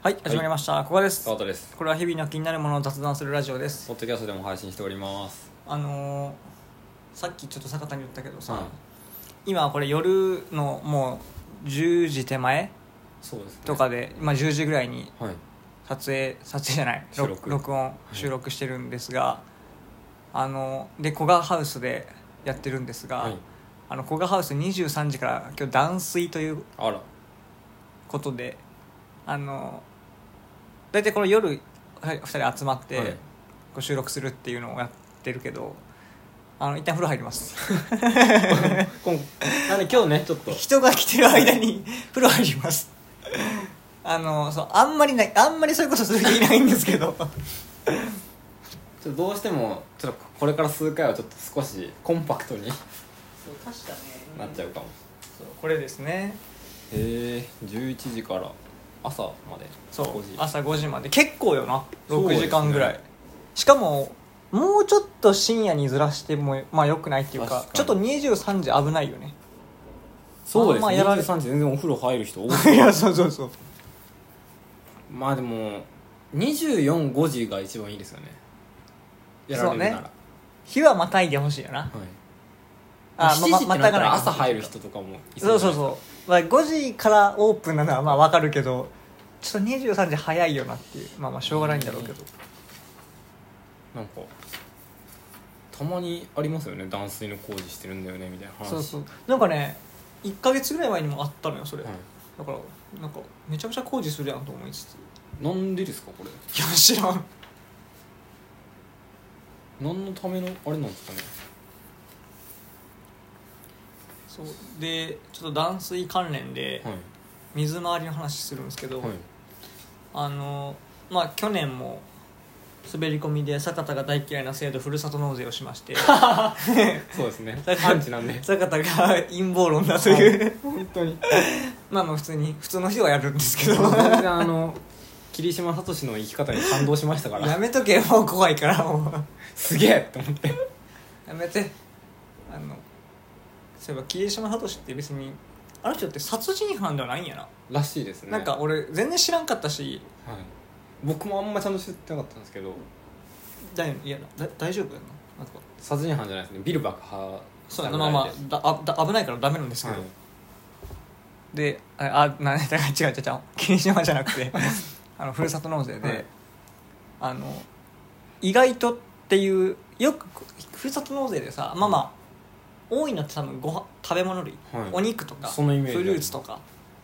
はい、始まりました。ここです。 川田です。 これは日々の気になるものを雑談するラジオです。 ポッドキャストでも配信しております。 さっきちょっと坂田に言ったけどさ、 はい、 今これ夜のもう10時手前そうです、ね、 とかで、10時ぐらいにはい、 撮影じゃない録音収録してるんですが、で古賀ハウスでやってるんですが、はい、古賀ハウス23時から今日断水ということで、大体この夜2人集まってこう収録するっていうのをやってるけど、一旦風呂入りますなんで今日ねちょっと人が来てる間に風呂入りますそうあんまりそういうことする人いないんですけどちょっとどうしてもちょっとこれから数回はちょっと少しコンパクトにそう確かねなっちゃうかも。 そうこれですね。 へえ、11時から朝まで。 そう 5時朝5時まで結構よな、6時間ぐらい、ね、しかももうちょっと深夜にずらしても良くないっていうかちょっと23時危ないよね。 そうですね、23時全然お風呂入る人多いいやそうでも24、5時が一番いいですよね、やられるなら。そうね、 日はまたいでほしいよな、はい、 7時ってなったら朝入る人とかもいそうじゃないですか。そう 5時からオープンなのは分かるけどちょっと23時早いよなっていう、しょうがないんだろうけど、 なんかたまにありますよね、断水の工事してるんだよねみたいな話。 そうなんかね1ヶ月ぐらい前にもあったのよそれ、はい、だからなんかめちゃくちゃ工事するやんと思いつつ。 なんでですかこれ。いや知らん、 何のためのあれなんですかね。 そうでちょっと断水関連で水回りの話するんですけど、はい、去年も滑り込みで坂田が大嫌いな制度ふるさと納税をしましてそうですね、アンチなんで坂田が陰謀論だという本当に普通の人はやるんですけど全然霧島聡の生き方に感動しましたからやめとけ、もう怖いからもうすげえって思ってやめて。そういえば霧島聡って別にあの人って殺人犯ではないんやならしいですね。 なんか俺全然知らんかったし、 はい、僕もあんまちゃんと知ってなかったんですけど大丈夫やな、なんか殺人犯じゃないですね、ビル爆破そう危ないからダメなんですけど、はい、で違う霧島じゃなくてふるさと納税で、はい、意外とっていうよくふるさと納税でさ多いのって多分食べ物類、はい、お肉とかフルーツとか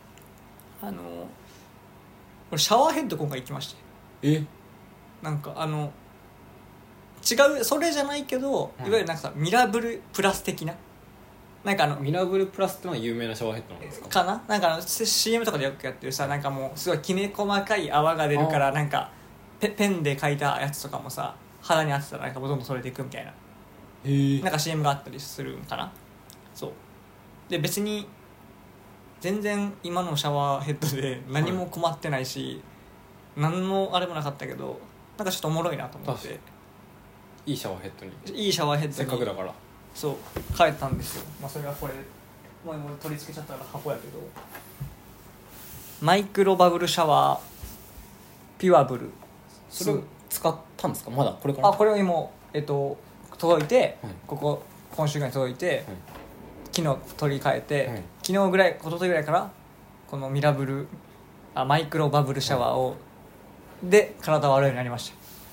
俺シャワーヘッド今回行きましてなんか違うそれじゃないけど、いわゆるなんかさミラブルプラス的ななんかミラブルプラスってのは有名なシャワーヘッドなんですか。 かな、なんかCM とかでよくやってるさ、なんかもうすごいきめ細かい泡が出るからなんかペンで描いたやつとかもさ肌に当てたらなんかどんどんそれていくみたいな、なんか CM があったりするんかな。そうで別に全然今のシャワーヘッドで何も困ってないし、何のあれもなかったけどなんかちょっとおもろいなと思って、 いいシャワーヘッドにせっかくだからそう帰ったんですよ。それがこれもう取り付けちゃったから箱やけど、マイクロバブルシャワーピュアブル。 それを使ったんですか。まだこれからこれを今届いて、はい、今週ぐらいに届いて、はい、昨日取り替えて、はい、昨日ぐらい一昨日ぐらいからこのマイクロバブルシャワーを、で体を洗うようになりました。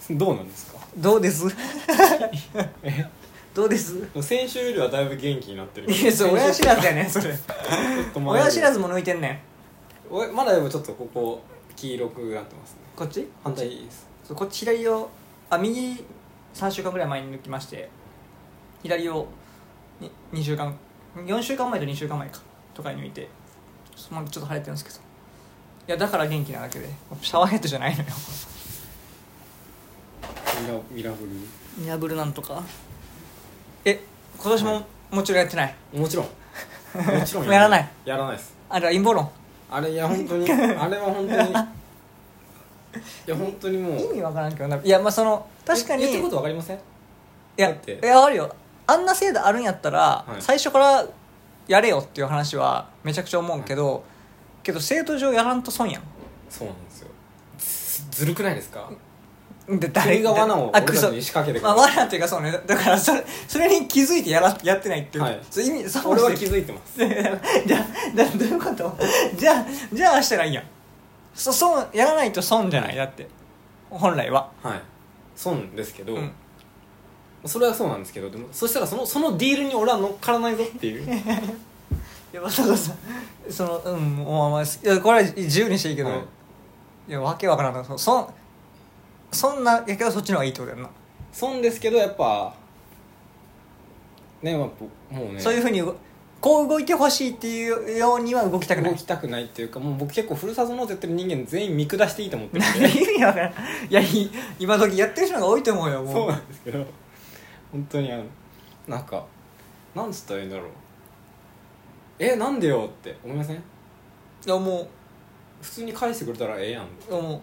どうなんですか。 どうですどうです。 先週よりはだいぶ元気になってる。 いやそう親知らずやねんそれ親知らずも抜いてんねん。まだでもちょっとここ黄色くなってますね。 こっち反対です。 こっち左を右3週間ぐらい前に抜きまして、左を2週間4週間前と2週間前かとかに抜いてちょっと腫れてるんですけど、いやだから元気なだけでシャワーヘッドじゃないのよミラブルなんとか今年ももちろんやってない。 もちろんやらないですあれは陰謀論。 あれいや本当にあれは本当にいや本当にもう意味わからんけどな。いや確かに言ってることわかりません。 いやあるよ。あんな制度あるんやったら、はい、最初からやれよっていう話はめちゃくちゃ思うけど、制度上やらんと損やん。 そうなんですよ。 ずるくないですか？ で誰が罠を俺たちに仕掛けてくる、 罠っていうかそうね、だからそれに気づいてやってないっていう、 はい、 そう意味そう俺は気づいてますじゃあどういうことじゃあしたらいいやん。そうやらないと損じゃない、だって本来は。 はい、損ですけど、 うん、 それはそうなんですけど、でもそしたらそのディールに俺は乗っからないぞっていういやそうそのまあいやこれは自由にしていいけど、 はい、 いやわけわからんな、そんなやけどそっちの方がいいってことやんな。 損ですけどやっぱね、まあ、もうねそういうふうにこう動いてほしいっていうようには動きたくない。 動きたくないっていうか、もう僕結構ふるさと納税やってる人間全員見下していいと思ってるんで意味わからん。いや今時やってる人が多いと思うよ、もう。 そうなんですけど、本当になんかなんつったらいいんだろう、なんでよって思いません？ いやもう普通に返してくれたらええやん。 も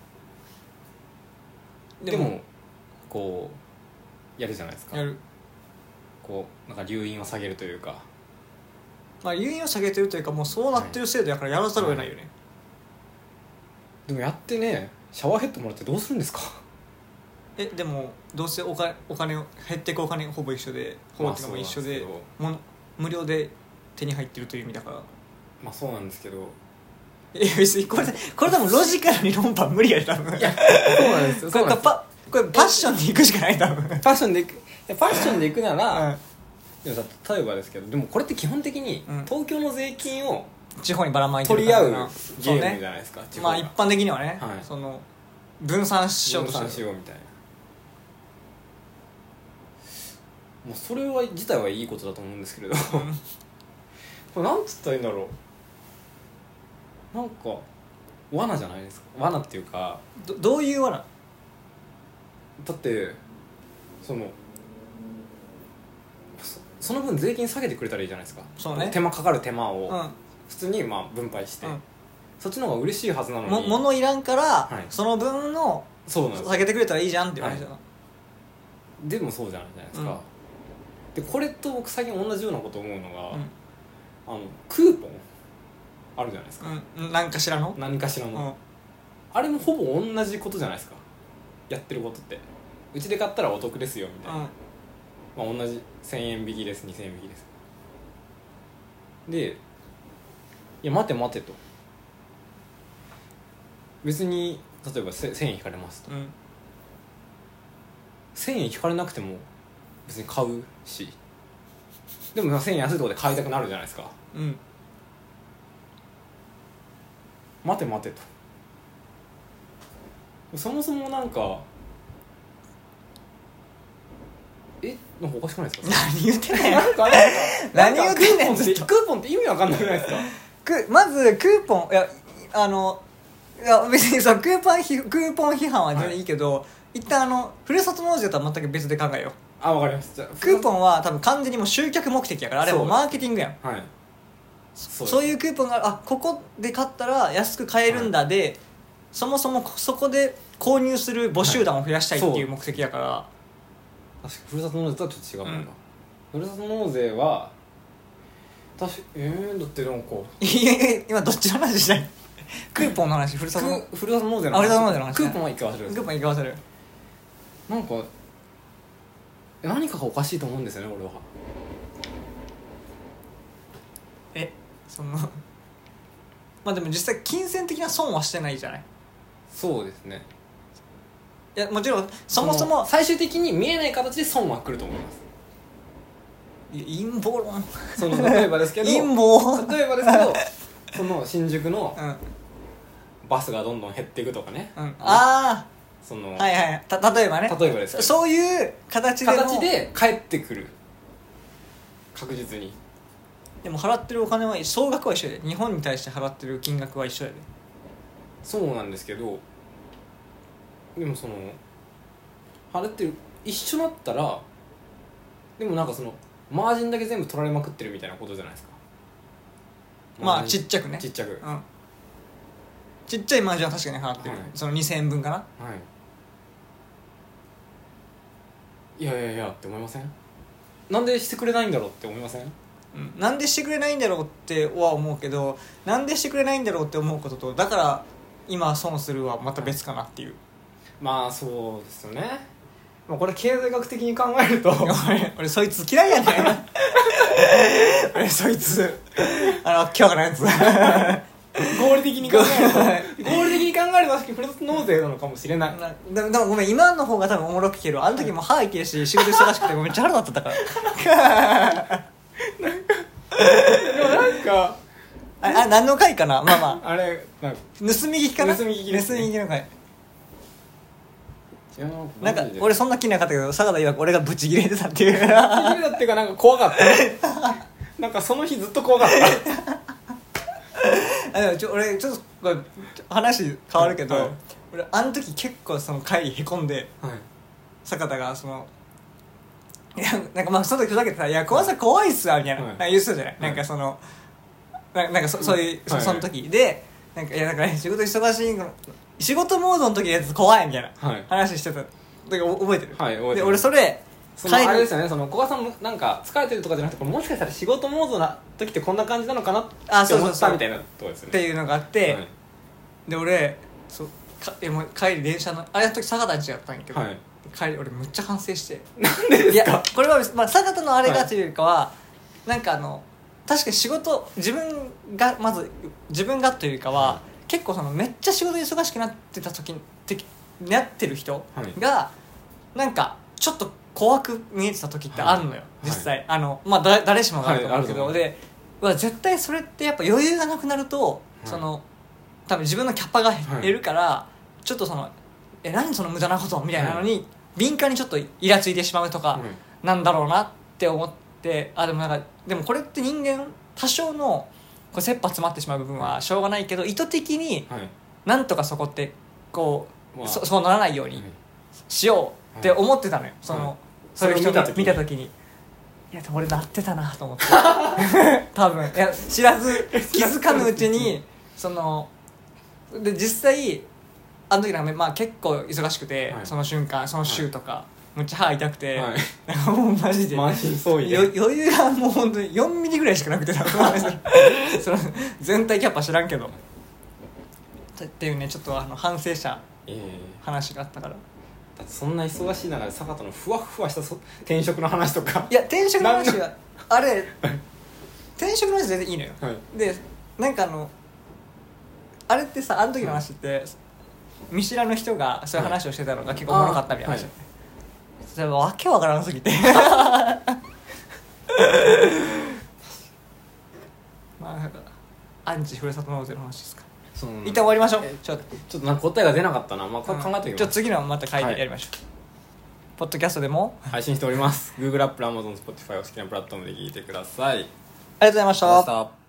うでもこうやるじゃないですか。 やる、 こうなんか留飲を下げるというか、 まあ留飲を下げてるというか、もうそうなってる制度やからやらざるを得ないよね、 でもやってね、シャワーヘッドもらってどうするんですか？ でもどうせお金を減っていくお金ほぼ一緒で、ほぼっていうかも一緒で、無料で手に入ってるという意味だから。 まあそうなんですけど、 別にこれ多分ロジカルに論破無理やで多分。いやそうなんですよ。 これパッションで行くしかない多分。 ファッションで行くなら、 うん、 でもさ、例えばですけど、でもこれって基本的に東京の税金を地方にばらまいてる取り合うゲなームじゃないですか、 まあ一般的にはね、 はい、 その分散しようと分散しようみたいな、もうそれは自体はいいことだと思うんですけれどこれなんつったらいいんだろう、なんか罠じゃないですか。罠っていうか、 どういう罠？ だってその分税金下げてくれたらいいじゃないですか。 そうね、 かかる手間をうん、 普通にまあ分配して、 うん、 そっちの方が嬉しいはずなのに、 物いらんから、 はい、 その分のそうなんです下げてくれたらいいじゃんっていう話だな、 はい、でもそうじゃないですか、でこれと僕最近同じようなこと思うのが、クーポンあるじゃないですか、 何かしらの、 何かしらの、あれもほぼ同じことじゃないですか、やってることって。うちで買ったらお得ですよみたいな、まあ、同じ1000円引きです、2000円引きです。で、いや待てと、別に例えば1000円引かれますと、1000円引かれなくても別に買うし、でも1000円安いところで買いたくなるじゃないですか、待てと、そもそもなんかなんかおかしくないですか？ 何言ってんねん何言ってんねんクーポンって意味わかんなくないですか？ まずクーポン、いや別にさクーポン批判は全然いいけど、一旦ふるさと納税とは全く別で考えよう。 わかります。じゃあクーポンは多分完全にもう集客目的やから、あれはもうマーケティングやん。 はい、 そういうクーポンがここで買ったら安く買えるんだで、そもそもそこで購入する母集団を増やしたいっていう目的やから、 確かふるさと納税とはちょっと違うのか、ふるさと納税はだってなんか今どっちの話したいクーポンの話、ふるさと納税の話、 クーポンは一回忘れる。 クーポン一回忘れる。 なんか何かがおかしいと思うんですよね、俺は。 まあでも実際金銭的な損はしてないじゃない。 そうですね。 いやもちろんそもそも最終的に見えない形で損は来ると思います。 陰謀論例えばですけど陰謀例えばですけどその新宿のバスがどんどん減っていくとかね、 ああはいはい、例えばね、 例えばですけどそういう形で帰ってくる、確実に。 でも払ってるお金は総額は一緒で、日本に対して払ってる金額は一緒やで。 そうなんですけど、でも払ってる一緒だったら、でもなんかマージンだけ全部取られまくってるみたいなことじゃないですか。 まあちっちゃくね、 ちっちゃく、 ちっちゃいマージンは確かに払ってる、その2000円分かな。 いやって思いません？なんでしてくれないんだろうって思いません？ なんでしてくれないんだろうっては思うけど、なんでしてくれないんだろうって思うことと、だから今損するはまた別かなっていう。 まあそうですよね。まあこれ経済学的に考えると俺そいつ嫌いやねん俺そいつ今日からやつ合理的に考えると合理的に考えると確かにふるさと納税なのかもしれない。 でもごめん、今の方が多分おもろく聞ける。あの時も歯痛いし仕事忙しくてめっちゃ腹立ってたからでもなんかあ何の回かな。まあまああれなんか盗み聞きかな。 盗み聞きですね盗み聞きの回。 違うなんか俺そんな気なかったけど坂田曰く俺がブチギレてたっていうだっていうかなんか怖かったなんかその日ずっと怖かったでも俺ちょっとこれ話変わるけど、 はい、 俺あの時結構その帰りへこんで、 はい、 坂田がそのいやなんかまあその時ふざけてたら「いや怖さ怖いっすわ」みたいな、 はい、 なんか言ってたじゃない、 はい、 なんかそのなんかそういう、 はい、 その時でなんかいやだから仕事忙しい仕事モードの時のやつ怖いみたいな話してた時覚えてる、 はい、覚えてる。 で俺それあれですよね、その古賀さんもなんか疲れてるとかじゃなくてもしかしたら仕事モードな時ってこんな感じなのかなって思ったみたいなとこですよねっていうのがあって、 はい、 で俺もう帰り電車のあれの時坂田んちやったんやけど、 はい、 帰り俺むっちゃ反省してなんでですか。 いやこれは、まあ、坂田のあれがというよりかは、なんか確かに仕事自分がというかは、結構そのめっちゃ仕事忙しくなってた時になってる人が、なんかちょっと怖く見えてた時ってあるのよ、実際、まあ誰しもがあると思うけど、で絶対それってやっぱ余裕がなくなると、その多分自分のキャパが減るから、ちょっとその何その無駄なことみたいなのに、敏感にちょっとイラついてしまうとかなんだろうなって思って、でもこれって人間多少のこう切羽詰まってしまう部分はしょうがないけど、意図的になんとかそこってこう、そうならないようにしようって思ってたのよ、それを見た時に。いやでも俺なってたなと思って多分いや知らず気づかぬうちにで実際あの時なんか、まあ、結構忙しくて、その瞬間その週とか、むっちゃ歯痛くて、もうマジで満身創痍で余裕がもう本当に4ミリぐらいしかなくてその全体キャパ知らんけどっていうね、ちょっと反省した話があったから。 だってそんな忙しい中で坂田のふわふわした転職の話とか。 いや転職の話はあれ転職の話全然いいのよ、でなんかあれってさ、あの時の話って、見知らぬ人がそういう話をしてたのが結構おもろかったみたいな話だって、それわけわからなすぎてまあなんかアンチふるさと納税の話ですか。一旦終わりましょう。ちょっとなんか答えが出なかったな、まあ、考えてみます。 じゃあ次のまた回でやりましょう、ポッドキャストでも配信しております。 Google、Apple、Amazon、Spotify お好きなプラットフォームで聞いてください。 ありがとうございました。